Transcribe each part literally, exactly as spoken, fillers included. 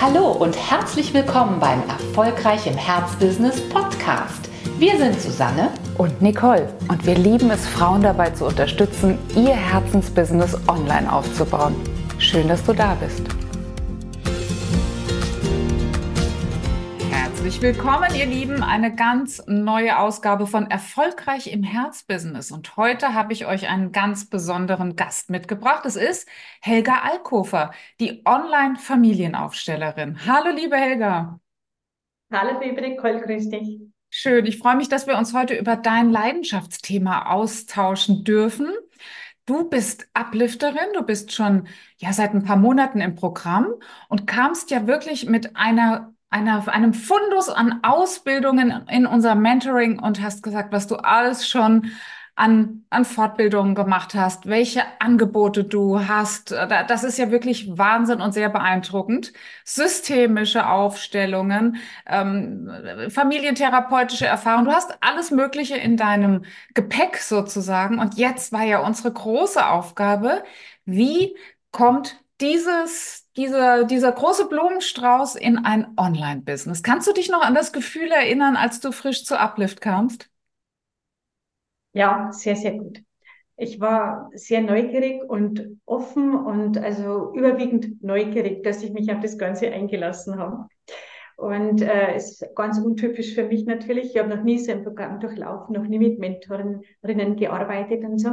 Hallo und herzlich willkommen beim Erfolgreich im Herzbusiness Podcast. Wir sind Susanne und Nicole und wir lieben es, Frauen dabei zu unterstützen, ihr Herzensbusiness online aufzubauen. Schön, dass du da bist. Herzlich willkommen, ihr Lieben, eine ganz neue Ausgabe von Erfolgreich im Herzbusiness. Und heute habe ich euch einen ganz besonderen Gast mitgebracht. Es ist Helga Alkofer, die Online-Familienaufstellerin. Hallo, liebe Helga. Hallo, liebe Nicole, grüß dich. Schön, ich freue mich, dass wir uns heute über dein Leidenschaftsthema austauschen dürfen. Du bist Uplifterin, du bist schon ja seit ein paar Monaten im Programm und kamst ja wirklich mit einer, einer, einem Fundus an Ausbildungen in unser Mentoring und hast gesagt, was du alles schon an, an Fortbildungen gemacht hast, welche Angebote du hast. Da- Das ist ja wirklich Wahnsinn und sehr beeindruckend. Systemische Aufstellungen, ähm, familientherapeutische Erfahrung. Du hast alles Mögliche in deinem Gepäck sozusagen. Und jetzt war ja unsere große Aufgabe, wie kommt dieses, dieser, dieser große Blumenstrauß in ein Online-Business? Kannst du dich noch an das Gefühl erinnern, als du frisch zu Uplift kamst? Ja, sehr, sehr gut. Ich war sehr neugierig und offen und also überwiegend neugierig, dass ich mich auf das Ganze eingelassen habe. Und äh, es ist ganz untypisch für mich natürlich. Ich habe noch nie so ein Programm durchlaufen, noch nie mit Mentorinnen gearbeitet und so.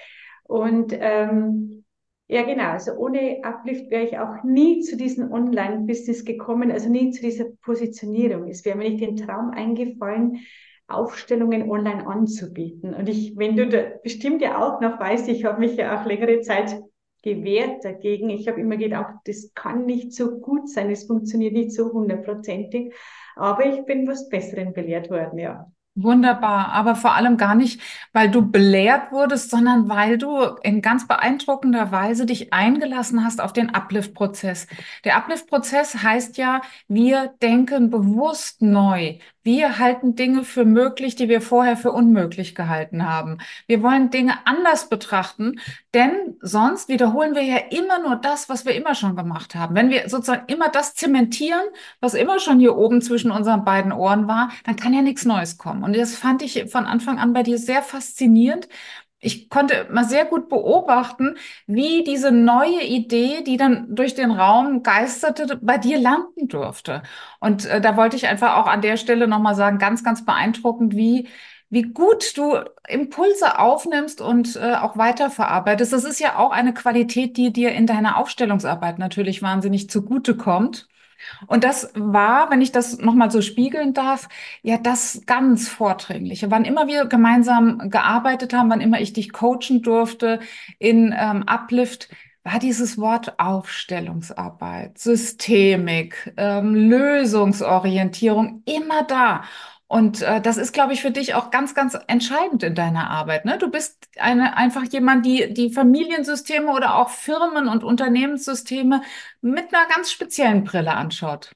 Und ähm, ja, genau, also ohne Uplift wäre ich auch nie zu diesem Online-Business gekommen, also nie zu dieser Positionierung. Es wäre mir nicht den Traum eingefallen, Aufstellungen online anzubieten. Und ich, wenn du da bestimmt ja auch noch weißt, ich habe mich ja auch längere Zeit gewehrt dagegen. Ich habe immer gedacht, das kann nicht so gut sein, es funktioniert nicht so hundertprozentig. Aber ich bin was Besserem belehrt worden, ja. Wunderbar, aber vor allem gar nicht, weil du belehrt wurdest, sondern weil du in ganz beeindruckender Weise dich eingelassen hast auf den Uplift-Prozess. Der Uplift-Prozess heißt ja, wir denken bewusst neu. Wir halten Dinge für möglich, die wir vorher für unmöglich gehalten haben. Wir wollen Dinge anders betrachten, denn sonst wiederholen wir ja immer nur das, was wir immer schon gemacht haben. Wenn wir sozusagen immer das zementieren, was immer schon hier oben zwischen unseren beiden Ohren war, dann kann ja nichts Neues kommen. Und das fand ich von Anfang an bei dir sehr faszinierend. Ich konnte mal sehr gut beobachten, wie diese neue Idee, die dann durch den Raum geisterte, bei dir landen durfte. Und äh, da wollte ich einfach auch an der Stelle nochmal sagen, ganz, ganz beeindruckend, wie, wie gut du Impulse aufnimmst und äh, auch weiterverarbeitest. Das ist ja auch eine Qualität, die dir in deiner Aufstellungsarbeit natürlich wahnsinnig zugutekommt. Und das war, wenn ich das nochmal so spiegeln darf, ja, das ganz Vordringliche. Wann immer wir gemeinsam gearbeitet haben, wann immer ich dich coachen durfte in ähm, Uplift, war dieses Wort Aufstellungsarbeit, Systemik, ähm, Lösungsorientierung immer da. Und äh, das ist, glaube ich, für dich auch ganz, ganz entscheidend in deiner Arbeit, ne? Du bist eine, einfach jemand, die die Familiensysteme oder auch Firmen- und Unternehmenssysteme mit einer ganz speziellen Brille anschaut.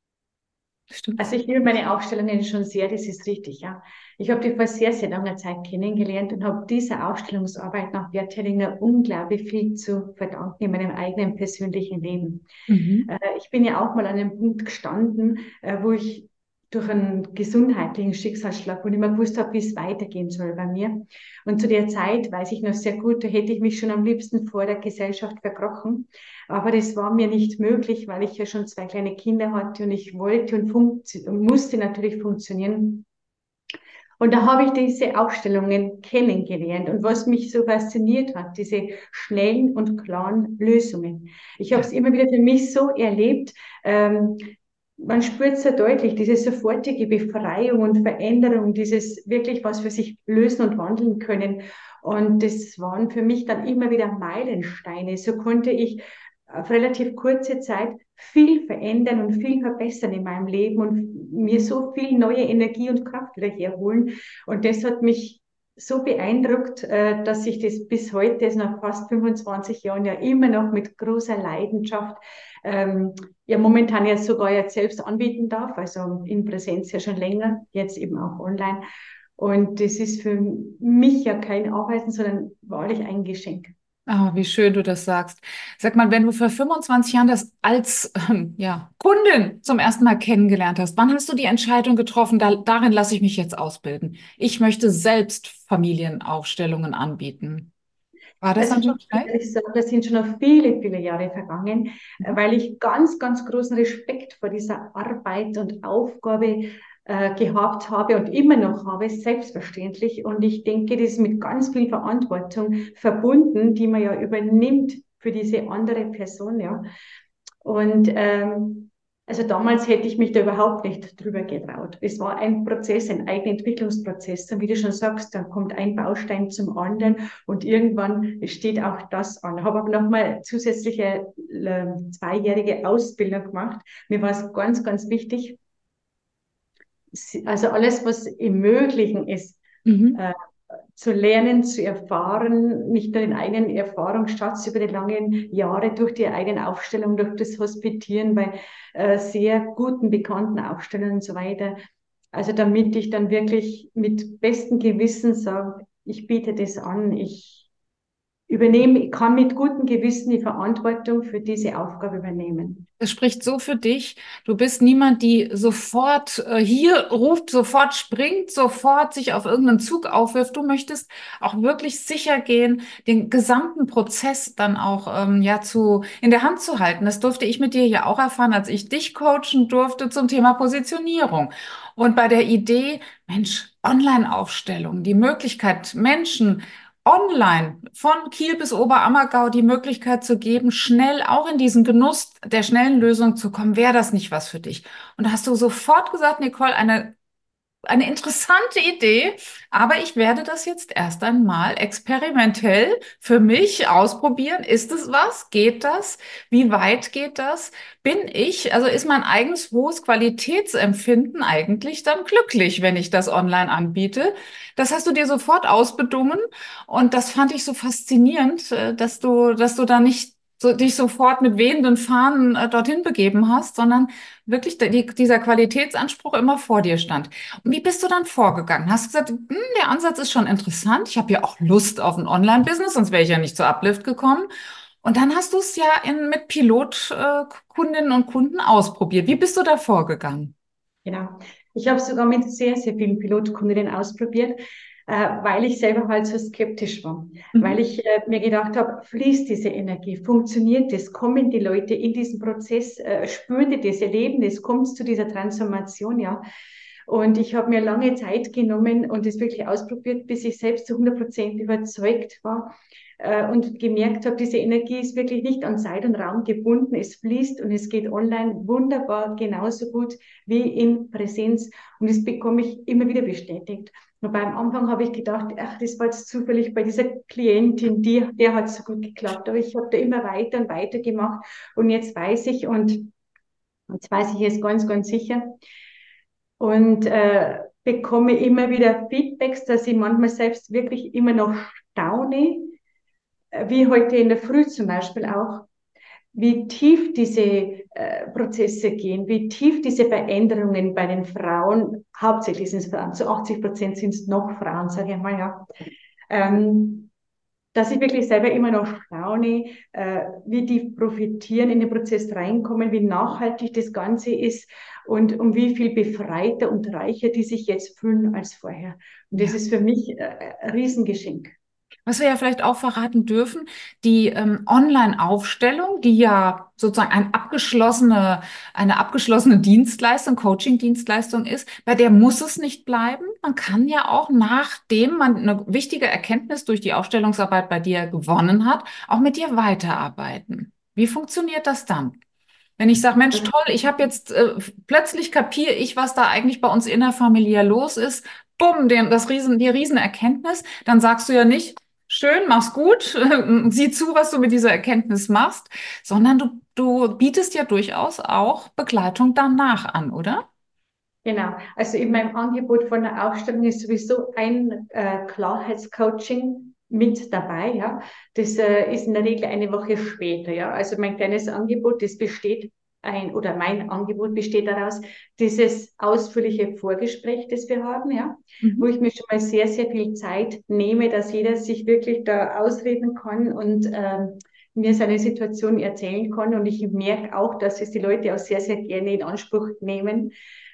Stimmt's? Also ich liebe meine Aufstellungen schon sehr, das ist richtig, ja. Ich habe die vor sehr, sehr langer Zeit kennengelernt und habe dieser Aufstellungsarbeit nach Werthellinger unglaublich viel zu verdanken in meinem eigenen persönlichen Leben. Mhm. Äh, ich bin ja auch mal an einem Punkt gestanden, äh, wo ich durch einen gesundheitlichen Schicksalsschlag, wo ich nicht mehr gewusst habe, wie es weitergehen soll bei mir. Und zu der Zeit weiß ich noch sehr gut, da hätte ich mich schon am liebsten vor der Gesellschaft verkrochen. Aber das war mir nicht möglich, weil ich ja schon zwei kleine Kinder hatte und ich wollte und, funktio- und musste natürlich funktionieren. Und da habe ich diese Aufstellungen kennengelernt. Und was mich so fasziniert hat, diese schnellen und klaren Lösungen. Ich habe Ja. es immer wieder für mich so erlebt, ähm, man spürt sehr deutlich diese sofortige Befreiung und Veränderung, dieses wirklich was für sich lösen und wandeln können. Und das waren für mich dann immer wieder Meilensteine. So konnte ich auf relativ kurze Zeit viel verändern und viel verbessern in meinem Leben und mir so viel neue Energie und Kraft wieder herholen. Und das hat mich so beeindruckt, äh, dass ich das bis heute, also nach fast fünfundzwanzig Jahren, ja immer noch mit großer Leidenschaft, ähm, ja momentan ja sogar jetzt selbst anbieten darf, also in Präsenz ja schon länger, jetzt eben auch online. Und das ist für mich ja kein Arbeiten, sondern wahrlich ein Geschenk. Ah, wie schön du das sagst. Sag mal, wenn du vor fünfundzwanzig Jahren das als ähm, ja, Kundin zum ersten Mal kennengelernt hast, wann hast du die Entscheidung getroffen, da, darin lasse ich mich jetzt ausbilden? Ich möchte selbst Familienaufstellungen anbieten. War das Also dann ich so muss ganz schnell? ehrlich sagen, da sind schon noch viele, viele Jahre vergangen, äh, Mhm. weil ich ganz, ganz großen Respekt vor dieser Arbeit und Aufgabe äh, gehabt habe und immer noch habe, selbstverständlich. Und ich denke, das ist mit ganz viel Verantwortung verbunden, die man ja übernimmt für diese andere Person, ja. Und ähm, also damals hätte ich mich da überhaupt nicht drüber getraut. Es war ein Prozess, ein eigener Entwicklungsprozess. Und wie du schon sagst, dann kommt ein Baustein zum anderen und irgendwann steht auch das an. Ich habe aber nochmal zusätzliche äh, zweijährige Ausbildung gemacht. Mir war es ganz, ganz wichtig, also alles, was im Möglichen ist, Mhm. äh, zu lernen, zu erfahren, nicht nur den eigenen Erfahrungsschatz über die langen Jahre durch die eigene Aufstellung, durch das Hospitieren bei äh, sehr guten, bekannten Aufstellern und so weiter. Also damit ich dann wirklich mit bestem Gewissen sage, ich biete das an, ich übernehme, ich kann mit gutem Gewissen die Verantwortung für diese Aufgabe übernehmen. Das spricht so für dich. Du bist niemand, die sofort äh, hier ruft, sofort springt, sofort sich auf irgendeinen Zug aufwirft. Du möchtest auch wirklich sicher gehen, den gesamten Prozess dann auch ähm, ja zu in der Hand zu halten. Das durfte ich mit dir ja auch erfahren, als ich dich coachen durfte zum Thema Positionierung. Und bei der Idee, Mensch, Online-Aufstellung, die Möglichkeit, Menschen online von Kiel bis Oberammergau die Möglichkeit zu geben, schnell auch in diesen Genuss der schnellen Lösung zu kommen, wäre das nicht was für dich? Und da hast du sofort gesagt, Nicole, eine eine interessante Idee, aber ich werde das jetzt erst einmal experimentell für mich ausprobieren. Ist es was? Geht das? Wie weit geht das? Bin ich, also ist mein eigenes hohes Qualitätsempfinden eigentlich dann glücklich, wenn ich das online anbiete? Das hast du dir sofort ausbedungen und das fand ich so faszinierend, äh, dass du, dass du da nicht so, dich sofort mit wehenden Fahnen äh, dorthin begeben hast, sondern wirklich die, dieser Qualitätsanspruch immer vor dir stand. Und wie bist du dann vorgegangen? Hast du gesagt, hm, der Ansatz ist schon interessant. Ich habe ja auch Lust auf ein Online-Business, sonst wäre ich ja nicht zu Uplift gekommen. Und dann hast du es ja in, mit Pilotkundinnen und Kunden ausprobiert. Wie bist du da vorgegangen? Genau. Ich habe sogar mit sehr, sehr vielen Pilotkundinnen ausprobiert, äh, weil ich selber halt so skeptisch war. Weil Mhm. ich äh, mir gedacht habe, fließt diese Energie, funktioniert das, kommen die Leute in diesen Prozess, äh, spüren die das, erleben das, kommt es zu dieser Transformation, ja. Und ich habe mir lange Zeit genommen und es wirklich ausprobiert, bis ich selbst zu hundert Prozent überzeugt war äh, und gemerkt habe, diese Energie ist wirklich nicht an Zeit und Raum gebunden. Es fließt und es geht online wunderbar genauso gut wie in Präsenz. Und das bekomme ich immer wieder bestätigt. Wobei am Anfang habe ich gedacht, ach, das war jetzt zufällig bei dieser Klientin, die, der hat so gut geklappt. Aber ich habe da immer weiter und weiter gemacht. Und jetzt weiß ich und jetzt weiß ich es ganz, ganz sicher. Und äh, bekomme immer wieder Feedbacks, dass ich manchmal selbst wirklich immer noch staune, äh, wie heute in der Früh zum Beispiel auch, wie tief diese äh, Prozesse gehen, wie tief diese Veränderungen bei den Frauen, hauptsächlich sind es Frauen, zu achtzig Prozent sind es noch Frauen, sage ich mal, ja, ähm, dass ich wirklich selber immer noch staune, äh, wie die profitieren, in den Prozess reinkommen, wie nachhaltig das Ganze ist und um wie viel befreiter und reicher die sich jetzt fühlen als vorher. Und das Ja. ist für mich äh, ein Riesengeschenk. Was wir ja vielleicht auch verraten dürfen, die ähm, Online-Aufstellung, die ja sozusagen ein abgeschlossene, eine abgeschlossene Dienstleistung, Coaching-Dienstleistung ist, bei der muss es nicht bleiben. Man kann ja auch, nachdem man eine wichtige Erkenntnis durch die Aufstellungsarbeit bei dir gewonnen hat, auch mit dir weiterarbeiten. Wie funktioniert das dann? Wenn ich sage, Mensch, toll, ich habe jetzt äh, plötzlich kapiere ich, was da eigentlich bei uns innerfamiliär los ist. Bumm, den, das Riesen, die Riesenerkenntnis. Dann sagst du ja nicht, schön, mach's gut, sieh zu, was du mit dieser Erkenntnis machst, sondern du, du bietest ja durchaus auch Begleitung danach an, oder? Genau. Also in meinem Angebot von der Aufstellung ist sowieso ein äh, Klarheitscoaching mit dabei, ja. Das äh, ist in der Regel eine Woche später, ja. Also mein kleines Angebot, das besteht ein, oder mein Angebot besteht daraus, dieses ausführliche Vorgespräch, das wir haben, ja, Mhm. wo ich mir schon mal sehr, sehr viel Zeit nehme, dass jeder sich wirklich da ausreden kann und ähm, mir seine Situation erzählen kann. Und ich merke auch, dass es die Leute auch sehr, sehr gerne in Anspruch nehmen.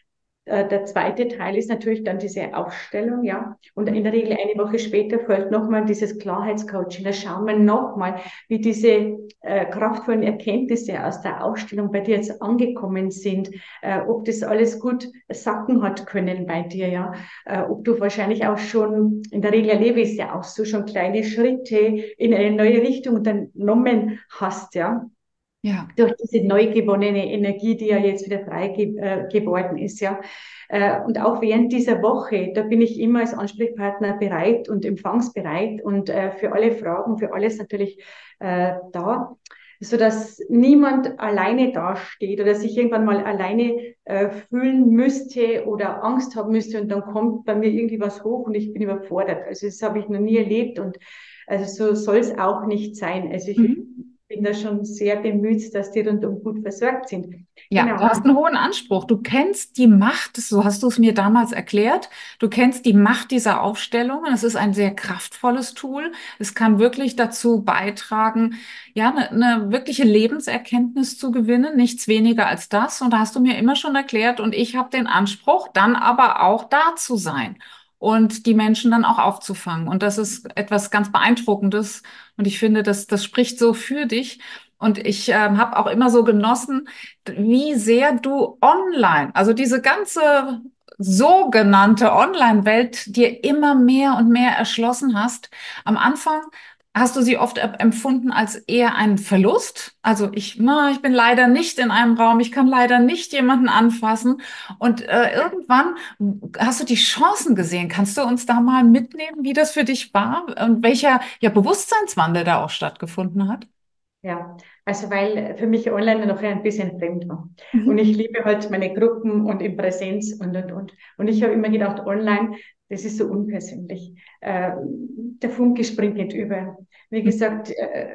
Äh, Der zweite Teil ist natürlich dann diese Aufstellung, ja. Und in der Regel eine Woche später folgt nochmal dieses Klarheitscoaching. Da schauen wir nochmal, wie diese äh, kraftvollen Erkenntnisse aus der Aufstellung bei dir jetzt angekommen sind, äh, ob das alles gut sacken hat können bei dir, ja. Äh, ob du wahrscheinlich auch schon, in der Regel erlebe ich es ja auch so, schon kleine Schritte in eine neue Richtung unternommen hast, ja, Ja. durch diese neu gewonnene Energie, die ja jetzt wieder frei ge äh, geworden ist, ja. Äh, und auch während dieser Woche, da bin ich immer als Ansprechpartner bereit und empfangsbereit und äh, für alle Fragen, für alles natürlich äh, da, so dass niemand alleine dasteht oder sich irgendwann mal alleine äh, fühlen müsste oder Angst haben müsste und dann kommt bei mir irgendwie was hoch und ich bin überfordert. Also das habe ich noch nie erlebt und also so soll es auch nicht sein. Also ich Mhm. bin da schon sehr bemüht, dass die rundum gut versorgt sind. Ja, du Genau. hast einen hohen Anspruch. Du kennst die Macht, so hast du es mir damals erklärt. Du kennst die Macht dieser Aufstellungen. Es ist ein sehr kraftvolles Tool. Es kann wirklich dazu beitragen, ja, eine, eine wirkliche Lebenserkenntnis zu gewinnen, nichts weniger als das. Und da hast du mir immer schon erklärt, und ich habe den Anspruch, dann aber auch da zu sein und die Menschen dann auch aufzufangen. Und das ist etwas ganz Beeindruckendes. Und ich finde, das, das spricht so für dich. Und ich ähm, habe auch immer so genossen, wie sehr du online, also diese ganze sogenannte Online-Welt dir immer mehr und mehr erschlossen hast. Am Anfang hast du sie oft e- empfunden als eher einen Verlust. Also ich, na, ich bin leider nicht in einem Raum, ich kann leider nicht jemanden anfassen. Und äh, irgendwann hast du die Chancen gesehen. Kannst du uns da mal mitnehmen, wie das für dich war und welcher ja, Bewusstseinswandel da auch stattgefunden hat? Ja, also weil für mich online noch ein bisschen fremd war. Und Mhm. ich liebe halt meine Gruppen und in Präsenz und, und, und. Und ich habe immer gedacht, online, das ist so unpersönlich. Äh, Der Funke springt nicht über. Wie gesagt, äh,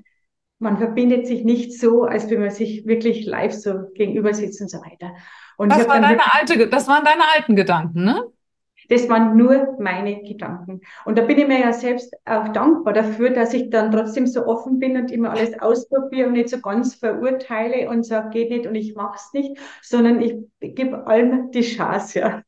man verbindet sich nicht so, als wenn man sich wirklich live so gegenüber sitzt und so weiter. Und ich Das habe war dann deine wirklich alte, das waren deine alten Gedanken, ne? Das waren nur meine Gedanken. Und da bin ich mir ja selbst auch dankbar dafür, dass ich dann trotzdem so offen bin und immer alles ausprobiere und nicht so ganz verurteile und sage, geht nicht und ich mache es nicht, sondern ich gebe allem die Chance, ja.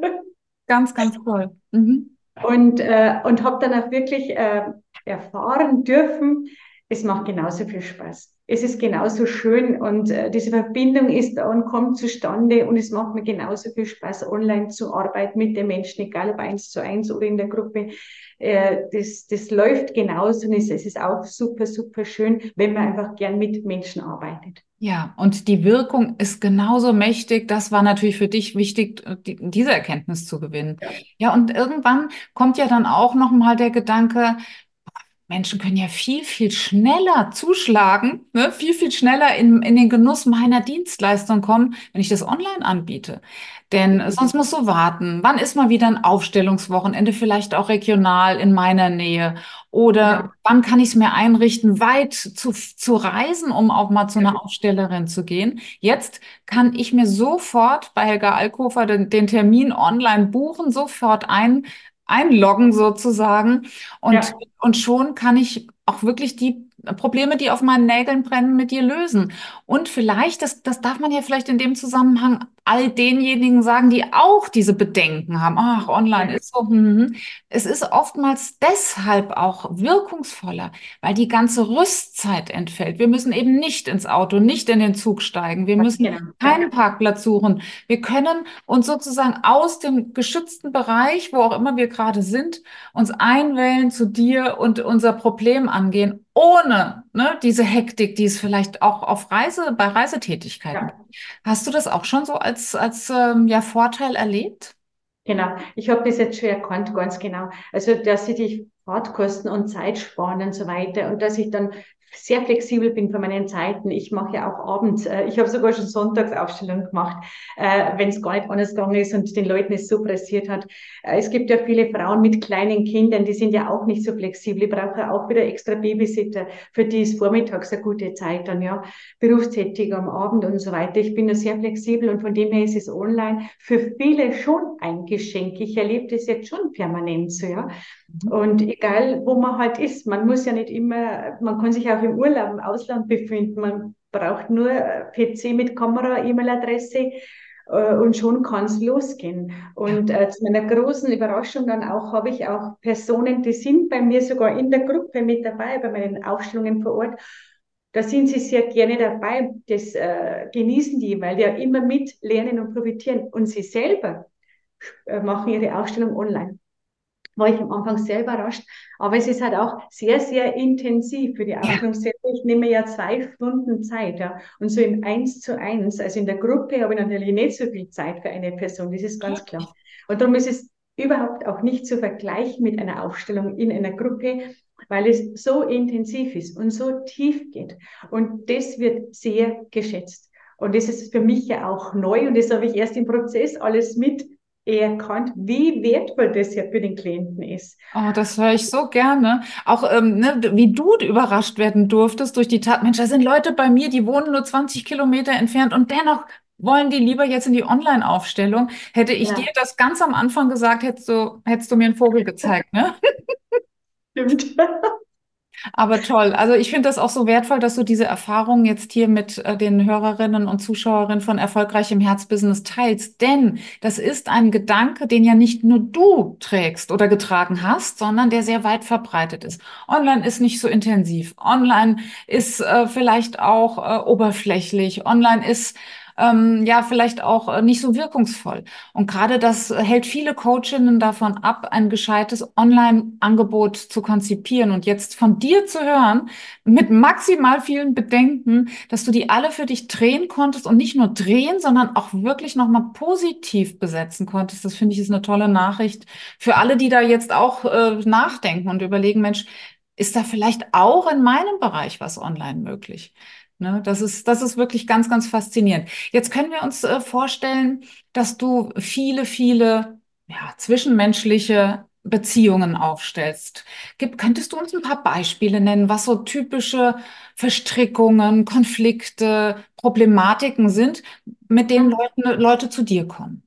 Ganz, ganz toll. Mhm. Und, äh, und habe dann auch wirklich äh, erfahren dürfen, es macht genauso viel Spaß. Es ist genauso schön und äh, diese Verbindung ist da und kommt zustande und es macht mir genauso viel Spaß, online zu arbeiten mit den Menschen, egal ob eins zu eins oder in der Gruppe. Äh, das, das läuft genauso und es, es ist auch super, super schön, wenn man einfach gern mit Menschen arbeitet. Ja, und die Wirkung ist genauso mächtig. Das war natürlich für dich wichtig, die, diese Erkenntnis zu gewinnen. Ja, und irgendwann kommt ja dann auch noch mal der Gedanke, Menschen können ja viel, viel schneller zuschlagen, ne? Viel, viel schneller in, in den Genuss meiner Dienstleistung kommen, wenn ich das online anbiete. Denn sonst musst du warten. Wann ist mal wieder ein Aufstellungswochenende, vielleicht auch regional in meiner Nähe? Oder Ja, wann kann ich es mir einrichten, weit zu, zu reisen, um auch mal zu ja, einer Aufstellerin zu gehen? Jetzt kann ich mir sofort bei Helga Alkofer den, den Termin online buchen, sofort ein, einloggen sozusagen. Und ja, und schon kann ich auch wirklich die Probleme, die auf meinen Nägeln brennen, mit dir lösen. Und vielleicht, das, das darf man ja vielleicht in dem Zusammenhang all denjenigen sagen, die auch diese Bedenken haben. Ach, online ja, ist so. Hm, hm. Es ist oftmals deshalb auch wirkungsvoller, weil die ganze Rüstzeit entfällt. Wir müssen eben nicht ins Auto, nicht in den Zug steigen. Wir müssen genau. keinen Ja, Parkplatz suchen. Wir können uns sozusagen aus dem geschützten Bereich, wo auch immer wir gerade sind, uns einwählen zu dir und unser Problem angehen, ohne ne, diese Hektik, die es vielleicht auch auf Reise, bei Reisetätigkeiten gibt. ja. Hast du das auch schon so als, als ähm, ja, Vorteil erlebt? Genau, ich habe das jetzt schon erkannt, ganz genau. Also, dass sie die Fahrtkosten und Zeit sparen und so weiter und dass ich dann sehr flexibel bin von meinen Zeiten. Ich mache ja auch abends, äh, ich habe sogar schon Sonntagsaufstellungen gemacht, äh, wenn es gar nicht anders gegangen ist und den Leuten es so pressiert hat. Äh, es gibt ja viele Frauen mit kleinen Kindern, die sind ja auch nicht so flexibel. Die brauchen ja auch wieder extra Babysitter. Für die ist vormittags eine gute Zeit dann, ja. Berufstätig am Abend und so weiter. Ich bin da sehr flexibel und von dem her ist es online für viele schon ein Geschenk. Ich erlebe das jetzt schon permanent so, ja. Und egal, wo man halt ist, man muss ja nicht immer, man kann sich auch im Urlaub im Ausland befinden, man braucht nur P C mit Kamera, E-Mail-Adresse äh, und schon kann es losgehen. Und äh, zu meiner großen Überraschung dann auch habe ich auch Personen, die sind bei mir sogar in der Gruppe mit dabei, bei meinen Aufstellungen vor Ort. Da sind sie sehr gerne dabei, das äh, genießen die, weil die ja immer mitlernen und profitieren. Und sie selber äh, machen ihre Aufstellung online. War ich am Anfang sehr überrascht. Aber es ist halt auch sehr, sehr intensiv für die Ausbildung selber. Ich nehme ja zwei Stunden Zeit, ja. Und so im Eins zu eins, also in der Gruppe habe ich natürlich nicht so viel Zeit für eine Person. Das ist ganz klar. Und darum ist es überhaupt auch nicht zu vergleichen mit einer Aufstellung in einer Gruppe, weil es so intensiv ist und so tief geht. Und das wird sehr geschätzt. Und das ist für mich ja auch neu. Und das habe ich erst im Prozess alles mit erkannt, wie wertvoll das ja für den Klienten ist. Oh, das höre ich so gerne. Auch ähm, ne, wie du überrascht werden durftest durch die Tat. Mensch, da sind Leute bei mir, die wohnen nur zwanzig Kilometer entfernt und dennoch wollen die lieber jetzt in die Online-Aufstellung. Hätte ich dir Ja, das ganz am Anfang gesagt, hättest du, hättest du mir einen Vogel gezeigt, ne? stimmt. Aber toll. Also ich finde das auch so wertvoll, dass du diese Erfahrungen jetzt hier mit äh, den Hörerinnen und Zuschauerinnen von Erfolgreichem Herzbusiness teilst. Denn das ist ein Gedanke, den ja nicht nur du trägst oder getragen hast, sondern der sehr weit verbreitet ist. Online ist nicht so intensiv. Online ist äh, vielleicht auch äh, oberflächlich. Online ist ähm, ja vielleicht auch äh, nicht so wirkungsvoll. Und gerade das hält viele Coachinnen davon ab, ein gescheites Online-Angebot zu konzipieren. Und jetzt von dir zu hören, mit maximal vielen Bedenken, dass du die alle für dich drehen konntest und nicht nur drehen, sondern auch wirklich nochmal positiv besetzen konntest. Das finde ich ist eine tolle Nachricht für alle, die da jetzt auch äh, nachdenken und überlegen, Mensch, ist da vielleicht auch in meinem Bereich was online möglich? Ne, das ist, das ist wirklich ganz, ganz faszinierend. Jetzt können wir uns äh, vorstellen, dass du viele, viele ja, zwischenmenschliche Beziehungen aufstellst. Gib, könntest du uns ein paar Beispiele nennen, was so typische Verstrickungen, Konflikte, Problematiken sind, mit denen Leute, Leute zu dir kommen?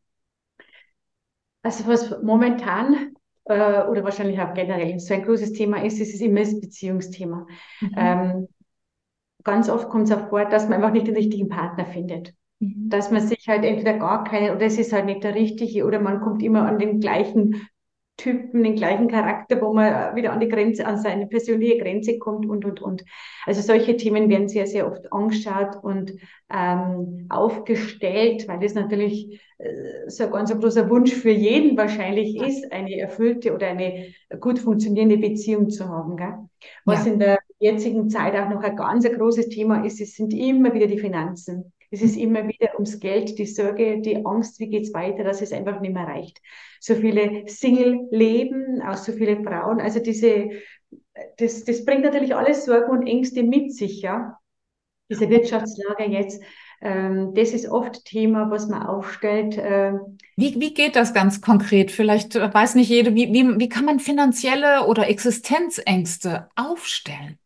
Also was momentan äh, oder wahrscheinlich auch generell so ein großes Thema ist, ist es immer das Beziehungsthema. Mhm. Ähm, ganz oft kommt es auch vor, dass man einfach nicht den richtigen Partner findet. Mhm. Dass man sich halt entweder gar keinen oder es ist halt nicht der richtige oder man kommt immer an den gleichen Typen, den gleichen Charakter, wo man wieder an die Grenze, an seine persönliche Grenze kommt und, und, und. Also solche Themen werden sehr, sehr oft angeschaut und ähm, aufgestellt, weil das natürlich äh, so ein ganz großer Wunsch für jeden wahrscheinlich ist, eine erfüllte oder eine gut funktionierende Beziehung zu haben. Gell? Was Ja. in der jetzigen Zeit auch noch ein ganz ein großes Thema ist, es sind immer wieder die Finanzen. Es ist immer wieder ums Geld, die Sorge, die Angst, wie geht's weiter, dass es einfach nicht mehr reicht. So viele Single-Leben, auch so viele Frauen. Also diese, das, das bringt natürlich alles Sorgen und Ängste mit sich, ja. Diese Wirtschaftslage jetzt, ähm, das ist oft Thema, was man aufstellt. Ähm, Wie, wie geht das ganz konkret? Vielleicht äh, weiß nicht jede, wie, wie, wie kann man finanzielle oder Existenzängste aufstellen?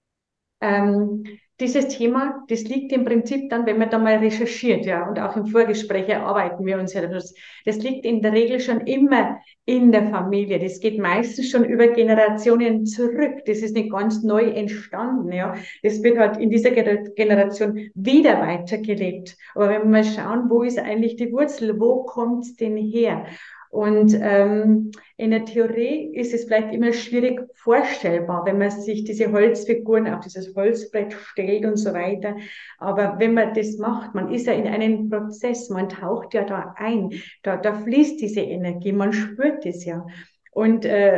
Ähm, dieses Thema, das liegt im Prinzip dann, wenn man da mal recherchiert, ja, und auch im Vorgespräch erarbeiten wir uns ja das. Das liegt in der Regel schon immer in der Familie. Das geht meistens schon über Generationen zurück. Das ist nicht ganz neu entstanden, ja. Das wird halt in dieser Generation wieder weitergelebt. Aber wenn wir mal schauen, wo ist eigentlich die Wurzel? Wo kommt es denn her? Und ähm, in der Theorie ist es vielleicht immer schwierig vorstellbar, wenn man sich diese Holzfiguren auf dieses Holzbrett stellt und so weiter. Aber wenn man das macht, man ist ja in einem Prozess, man taucht ja da ein, da, da fließt diese Energie, man spürt es ja. Und, äh,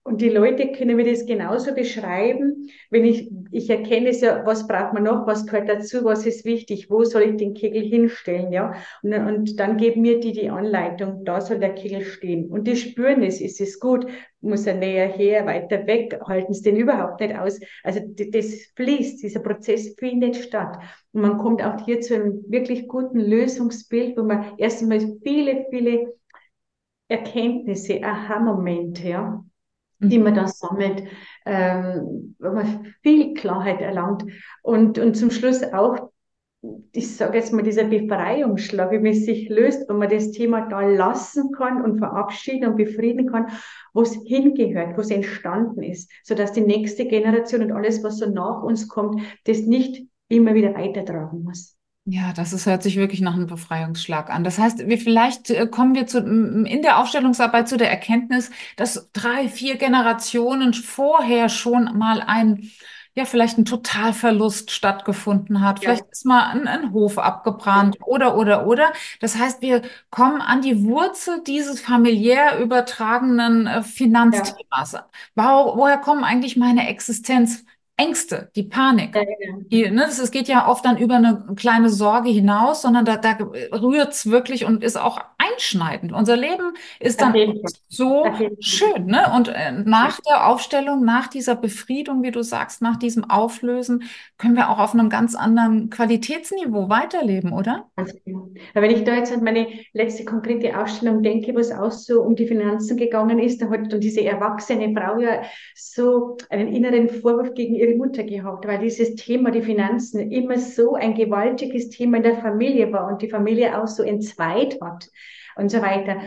und die Leute können mir das genauso beschreiben, wenn ich, ich erkenne es ja, was braucht man noch, was gehört dazu, was ist wichtig, wo soll ich den Kegel hinstellen, ja. Und, und dann geben mir die die Anleitung, da soll der Kegel stehen. Und die spüren es, ist es gut, muss er näher her, weiter weg, halten es den überhaupt nicht aus. Also das fließt, dieser Prozess findet statt. Und man kommt auch hier zu einem wirklich guten Lösungsbild, wo man erst einmal viele, viele Erkenntnisse, Aha-Momente, ja, die man Mhm. da sammelt, ähm, wo man viel Klarheit erlangt und, und zum Schluss auch, ich sage jetzt mal, dieser Befreiungsschlag, wie man sich löst, wenn man das Thema da lassen kann und verabschieden und befrieden kann, wo es hingehört, wo es entstanden ist, sodass die nächste Generation und alles, was so nach uns kommt, das nicht immer wieder weitertragen muss. Ja, das ist, hört sich wirklich nach einem Befreiungsschlag an. Das heißt, wir vielleicht äh, kommen wir zu, m- in der Aufstellungsarbeit zu der Erkenntnis, dass drei, vier Generationen vorher schon mal ein, ja, vielleicht ein Totalverlust stattgefunden hat. Ja, Vielleicht ist mal ein, ein Hof abgebrannt oder, oder, oder. Das heißt, wir kommen an die Wurzel dieses familiär übertragenen äh, ja, Finanzthemas. Wo, woher kommen eigentlich meine Existenzängste, die Panik? ja, ja. Die, ne, das, es geht ja oft dann über eine kleine Sorge hinaus, sondern da, da rührt's wirklich und ist auch einschneidend. Unser Leben ist Auf dann jeden Fall. so Auf jeden Fall. schön, ne? Und äh, Ja. nach der Aufstellung, nach dieser Befriedung, wie du sagst, nach diesem Auflösen, können wir auch auf einem ganz anderen Qualitätsniveau weiterleben, oder? Ganz genau. Weil wenn ich da jetzt an meine letzte konkrete Ausstellung denke, wo es auch so um die Finanzen gegangen ist, da hat dann diese erwachsene Frau ja so einen inneren Vorwurf gegen ihre Mutter gehabt, weil dieses Thema, die Finanzen, immer so ein gewaltiges Thema in der Familie war und die Familie auch so entzweit hat und so weiter.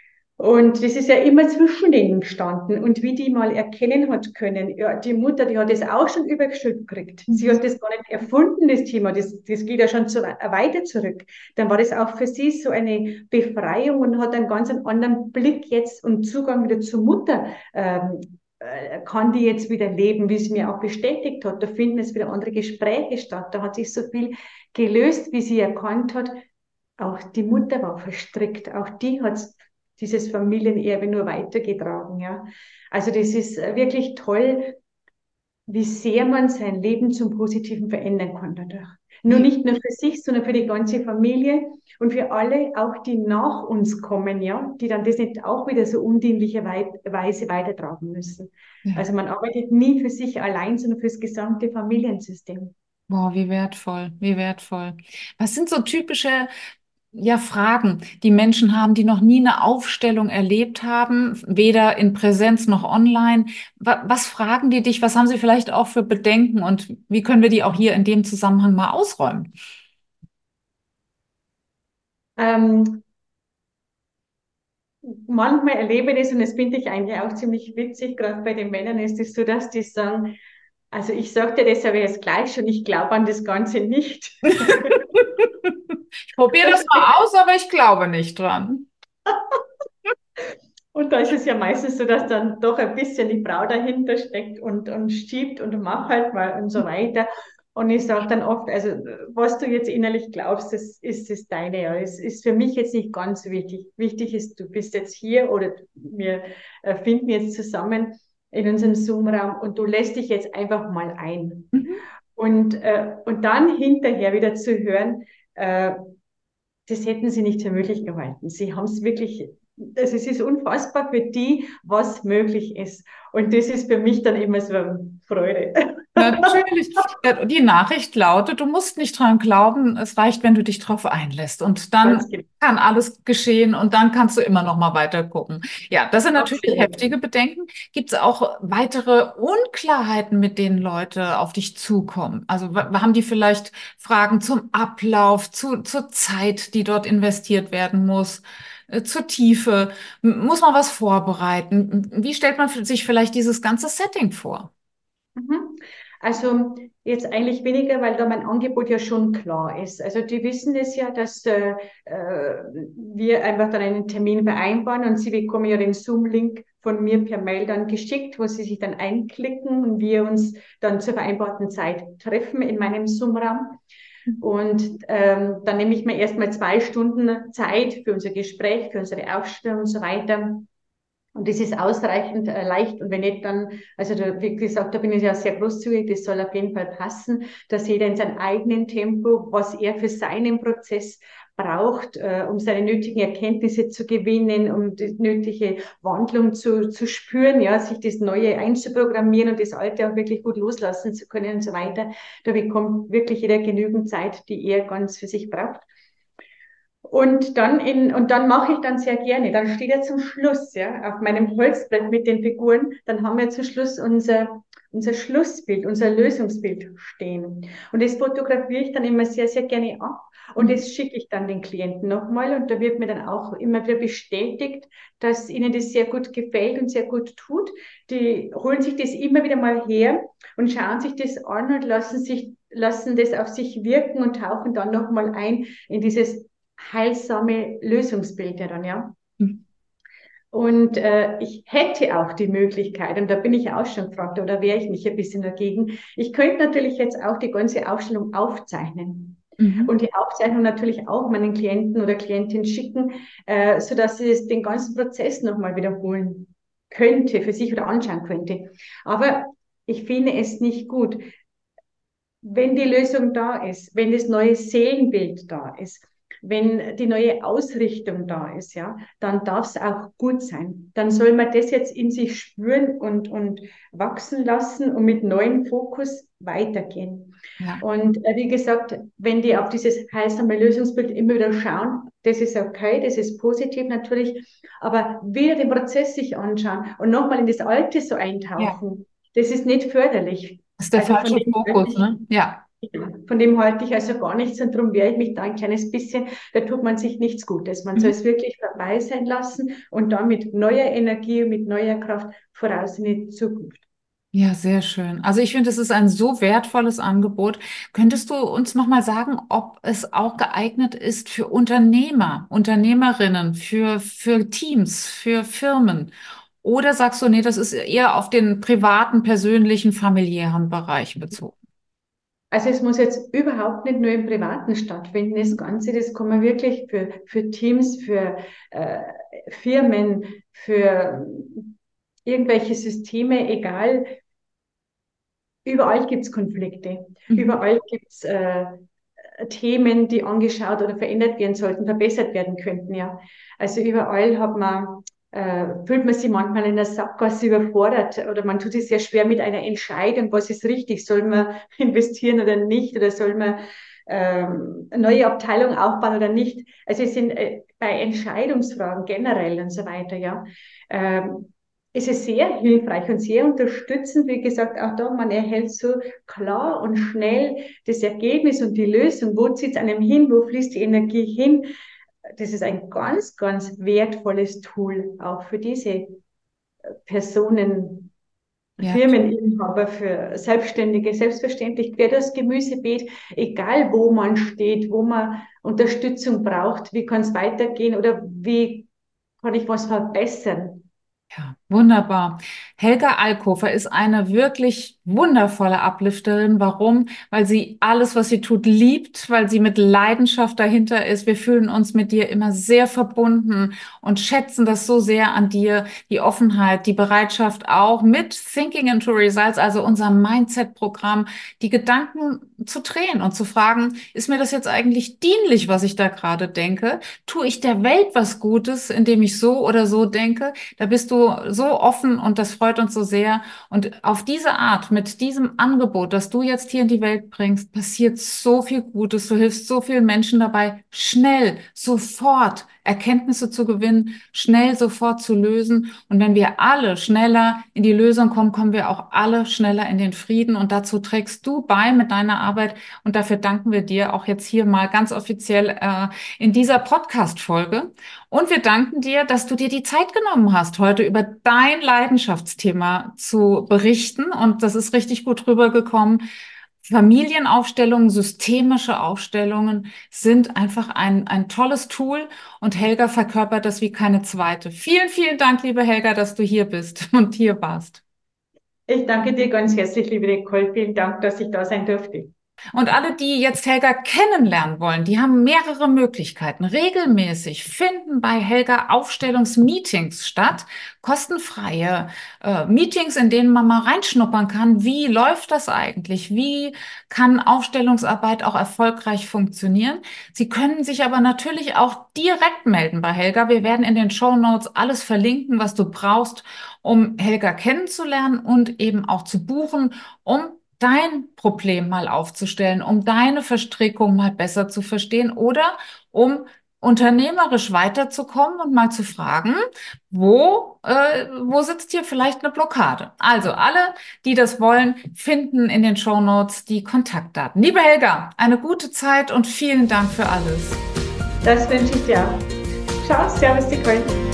Und das ist ja immer zwischen denen gestanden. Und wie die mal erkennen hat können, ja, die Mutter, die hat das auch schon übergestülpt gekriegt. Sie Mhm. hat das gar nicht erfunden, das Thema. Das, das geht ja schon zu, weiter zurück. Dann war das auch für sie so eine Befreiung und hat einen ganz anderen Blick jetzt und Zugang wieder zur Mutter. Ähm, äh, kann die jetzt wieder leben, wie sie mir auch bestätigt hat. Da finden jetzt wieder andere Gespräche statt. Da hat sich so viel gelöst, wie sie erkannt hat. Auch die Mutter war verstrickt. Auch die hat dieses Familienerbe nur weitergetragen. Ja. Also das ist äh, wirklich toll, wie sehr man sein Leben zum Positiven verändern kann dadurch. Nur Ja. nicht nur für sich, sondern für die ganze Familie und für alle, auch die nach uns kommen, ja, die dann das nicht auch wieder so undienliche Weise weitertragen müssen. Ja. Also man arbeitet nie für sich allein, sondern für das gesamte Familiensystem. Boah, wie wertvoll, wie wertvoll. Was sind so typische ja, Fragen, die Menschen haben, die noch nie eine Aufstellung erlebt haben, weder in Präsenz noch online. Wa- Was fragen die dich? Was haben sie vielleicht auch für Bedenken und wie können wir die auch hier in dem Zusammenhang mal ausräumen? Ähm, Manchmal erlebe ich das und das finde ich eigentlich auch ziemlich witzig, gerade bei den Männern ist es so, dass die sagen, also ich sagte das aber jetzt gleich schon, ich glaube an das Ganze nicht. Ich probiere das mal aus, aber ich glaube nicht dran. Und da ist es ja meistens so, dass dann doch ein bisschen die Frau dahinter steckt und, und schiebt und mach halt mal und so weiter. Und ich sage dann oft, also was du jetzt innerlich glaubst, das ist das deine. Ja. Es ist für mich jetzt nicht ganz wichtig. Wichtig ist, du bist jetzt hier oder wir äh, finden jetzt zusammen in unserem Zoom-Raum und du lässt dich jetzt einfach mal ein. Mhm. Und, äh, und dann hinterher wieder zu hören, äh, das hätten sie nicht für möglich gehalten. Sie haben es wirklich, also es ist unfassbar für die, was möglich ist. Und das ist für mich dann immer so eine Freude. Natürlich. Ja, die Nachricht lautet, du musst nicht dran glauben, es reicht, wenn du dich drauf einlässt. Und dann Ganz genau. kann alles geschehen und dann kannst du immer noch mal weiter gucken. Ja, das sind natürlich Absolut. heftige Bedenken. Gibt es auch weitere Unklarheiten, mit denen Leute auf dich zukommen? Also wa- haben die vielleicht Fragen zum Ablauf, zu, zur Zeit, die dort investiert werden muss, äh, zur Tiefe? M- Muss man was vorbereiten? Wie stellt man sich vielleicht dieses ganze Setting vor? Mhm. Also jetzt eigentlich weniger, weil da mein Angebot ja schon klar ist. Also die wissen es ja, dass äh, äh, wir einfach dann einen Termin vereinbaren und sie bekommen ja den Zoom-Link von mir per Mail dann geschickt, wo sie sich dann einklicken und wir uns dann zur vereinbarten Zeit treffen in meinem Zoom-Raum. Und ähm, dann nehme ich mir erstmal zwei Stunden Zeit für unser Gespräch, für unsere Aufstellung und so weiter. Und das ist ausreichend äh, leicht. Und wenn nicht, dann, also da, wie gesagt, da bin ich ja sehr großzügig, das soll auf jeden Fall passen, dass jeder in seinem eigenen Tempo, was er für seinen Prozess braucht, äh, um seine nötigen Erkenntnisse zu gewinnen, um die nötige Wandlung zu, zu spüren, ja, sich das Neue einzuprogrammieren und das Alte auch wirklich gut loslassen zu können und so weiter. Da bekommt wirklich jeder genügend Zeit, die er ganz für sich braucht. Und dann in, und dann mache ich dann sehr gerne. Dann steht ja zum Schluss, ja, auf meinem Holzbrett mit den Figuren, dann haben wir zum Schluss unser, unser Schlussbild, unser Lösungsbild stehen. Und das fotografiere ich dann immer sehr, sehr gerne ab. Und das schicke ich dann den Klienten nochmal. Und da wird mir dann auch immer wieder bestätigt, dass ihnen das sehr gut gefällt und sehr gut tut. Die holen sich das immer wieder mal her und schauen sich das an und lassen sich, lassen das auf sich wirken und tauchen dann nochmal ein in dieses heilsame Lösungsbilder dann, ja. Mhm. Und äh, ich hätte auch die Möglichkeit, und da bin ich auch schon gefragt, oder wehre ich mich ein bisschen dagegen, ich könnte natürlich jetzt auch die ganze Ausstellung aufzeichnen. Mhm. Und die Aufzeichnung natürlich auch meinen Klienten oder Klientinnen schicken, äh, sodass sie es, den ganzen Prozess nochmal wiederholen könnte, für sich oder anschauen könnte. Aber ich finde es nicht gut, wenn die Lösung da ist, wenn das neue Seelenbild da ist, wenn die neue Ausrichtung da ist, ja, dann darf es auch gut sein. Dann soll man das jetzt in sich spüren und, und wachsen lassen und mit neuem Fokus weitergehen. Ja. Und äh, wie gesagt, wenn die auf dieses heilsame Lösungsbild immer wieder schauen, das ist okay, das ist positiv natürlich, aber wieder den Prozess sich anschauen und nochmal in das Alte so Ja. eintauchen, das ist nicht förderlich. Das ist der Also von falsche dem halte Fokus, ich, ne? Ja. von dem halte ich also gar nichts und darum wehre ich mich da ein kleines bisschen. Da tut man sich nichts Gutes. Man soll Mhm. es wirklich vorbei sein lassen und dann mit neuer Energie, mit neuer Kraft voraus in die Zukunft. Ja, sehr schön. Also ich finde, es ist ein so wertvolles Angebot. Könntest du uns noch mal sagen, ob es auch geeignet ist für Unternehmer, Unternehmerinnen, für, für Teams, für Firmen? Oder sagst du, nee, das ist eher auf den privaten, persönlichen, familiären Bereich bezogen? Also es muss jetzt überhaupt nicht nur im Privaten stattfinden. Das Ganze, das kann man wirklich für, für Teams, für äh, Firmen, für irgendwelche Systeme, egal. Überall gibt es Konflikte. Mhm. Überall gibt es äh, Themen, die angeschaut oder verändert werden sollten, verbessert werden könnten, ja. Also überall hat man, äh, fühlt man sich manchmal in der Sackgasse überfordert oder man tut es sehr schwer mit einer Entscheidung, was ist richtig, soll man investieren oder nicht oder soll man ähm, eine neue Abteilung aufbauen oder nicht. Also es sind äh, bei Entscheidungsfragen generell und so weiter, ja. Ähm, es ist sehr hilfreich und sehr unterstützend, wie gesagt, auch da, man erhält so klar und schnell das Ergebnis und die Lösung. Wo zieht es einem hin? Wo fließt die Energie hin? Das ist ein ganz, ganz wertvolles Tool, auch für diese Personen, Ja. Firmeninhaber, für Selbstständige. Selbstverständlich quer das Gemüsebeet, egal wo man steht, wo man Unterstützung braucht, wie kann es weitergehen oder wie kann ich was verbessern. Ja, wunderbar. Helga Alkofer ist eine wirklich wundervolle Uplifterin. Warum? Weil sie alles, was sie tut, liebt, weil sie mit Leidenschaft dahinter ist. Wir fühlen uns mit dir immer sehr verbunden und schätzen das so sehr an dir. Die Offenheit, die Bereitschaft auch mit Thinking into Results, also unserem Mindset-Programm, die Gedanken zu drehen und zu fragen, ist mir das jetzt eigentlich dienlich, was ich da gerade denke? Tue ich der Welt was Gutes, indem ich so oder so denke? Da bist du so offen und das freut uns so sehr. Und auf diese Art, mit diesem Angebot, das du jetzt hier in die Welt bringst, passiert so viel Gutes. Du hilfst so vielen Menschen dabei, schnell, sofort Erkenntnisse zu gewinnen, schnell, sofort zu lösen. Und wenn wir alle schneller in die Lösung kommen, kommen wir auch alle schneller in den Frieden. Und dazu trägst du bei mit deiner Arbeit. Und dafür danken wir dir auch jetzt hier mal ganz offiziell äh, in dieser Podcast-Folge. Und wir danken dir, dass du dir die Zeit genommen hast, heute über dein Leidenschaftsthema zu berichten. Und das ist richtig gut rübergekommen. Familienaufstellungen, systemische Aufstellungen sind einfach ein, ein tolles Tool und Helga verkörpert das wie keine zweite. Vielen, vielen Dank, liebe Helga, dass du hier bist und hier warst. Ich danke dir ganz herzlich, liebe Nicole. Vielen Dank, dass ich da sein durfte. Und alle, die jetzt Helga kennenlernen wollen, die haben mehrere Möglichkeiten. Regelmäßig finden bei Helga Aufstellungsmeetings statt, kostenfreie äh, Meetings, in denen man mal reinschnuppern kann. Wie läuft das eigentlich? Wie kann Aufstellungsarbeit auch erfolgreich funktionieren? Sie können sich aber natürlich auch direkt melden bei Helga. Wir werden in den Shownotes alles verlinken, was du brauchst, um Helga kennenzulernen und eben auch zu buchen, um dein Problem mal aufzustellen, um deine Verstrickung mal besser zu verstehen oder um unternehmerisch weiterzukommen und mal zu fragen, wo, äh, wo sitzt hier vielleicht eine Blockade? Also alle, die das wollen, finden in den Shownotes die Kontaktdaten. Liebe Helga, eine gute Zeit und vielen Dank für alles. Das wünsche ich dir auch. Ciao, servus, Nicole.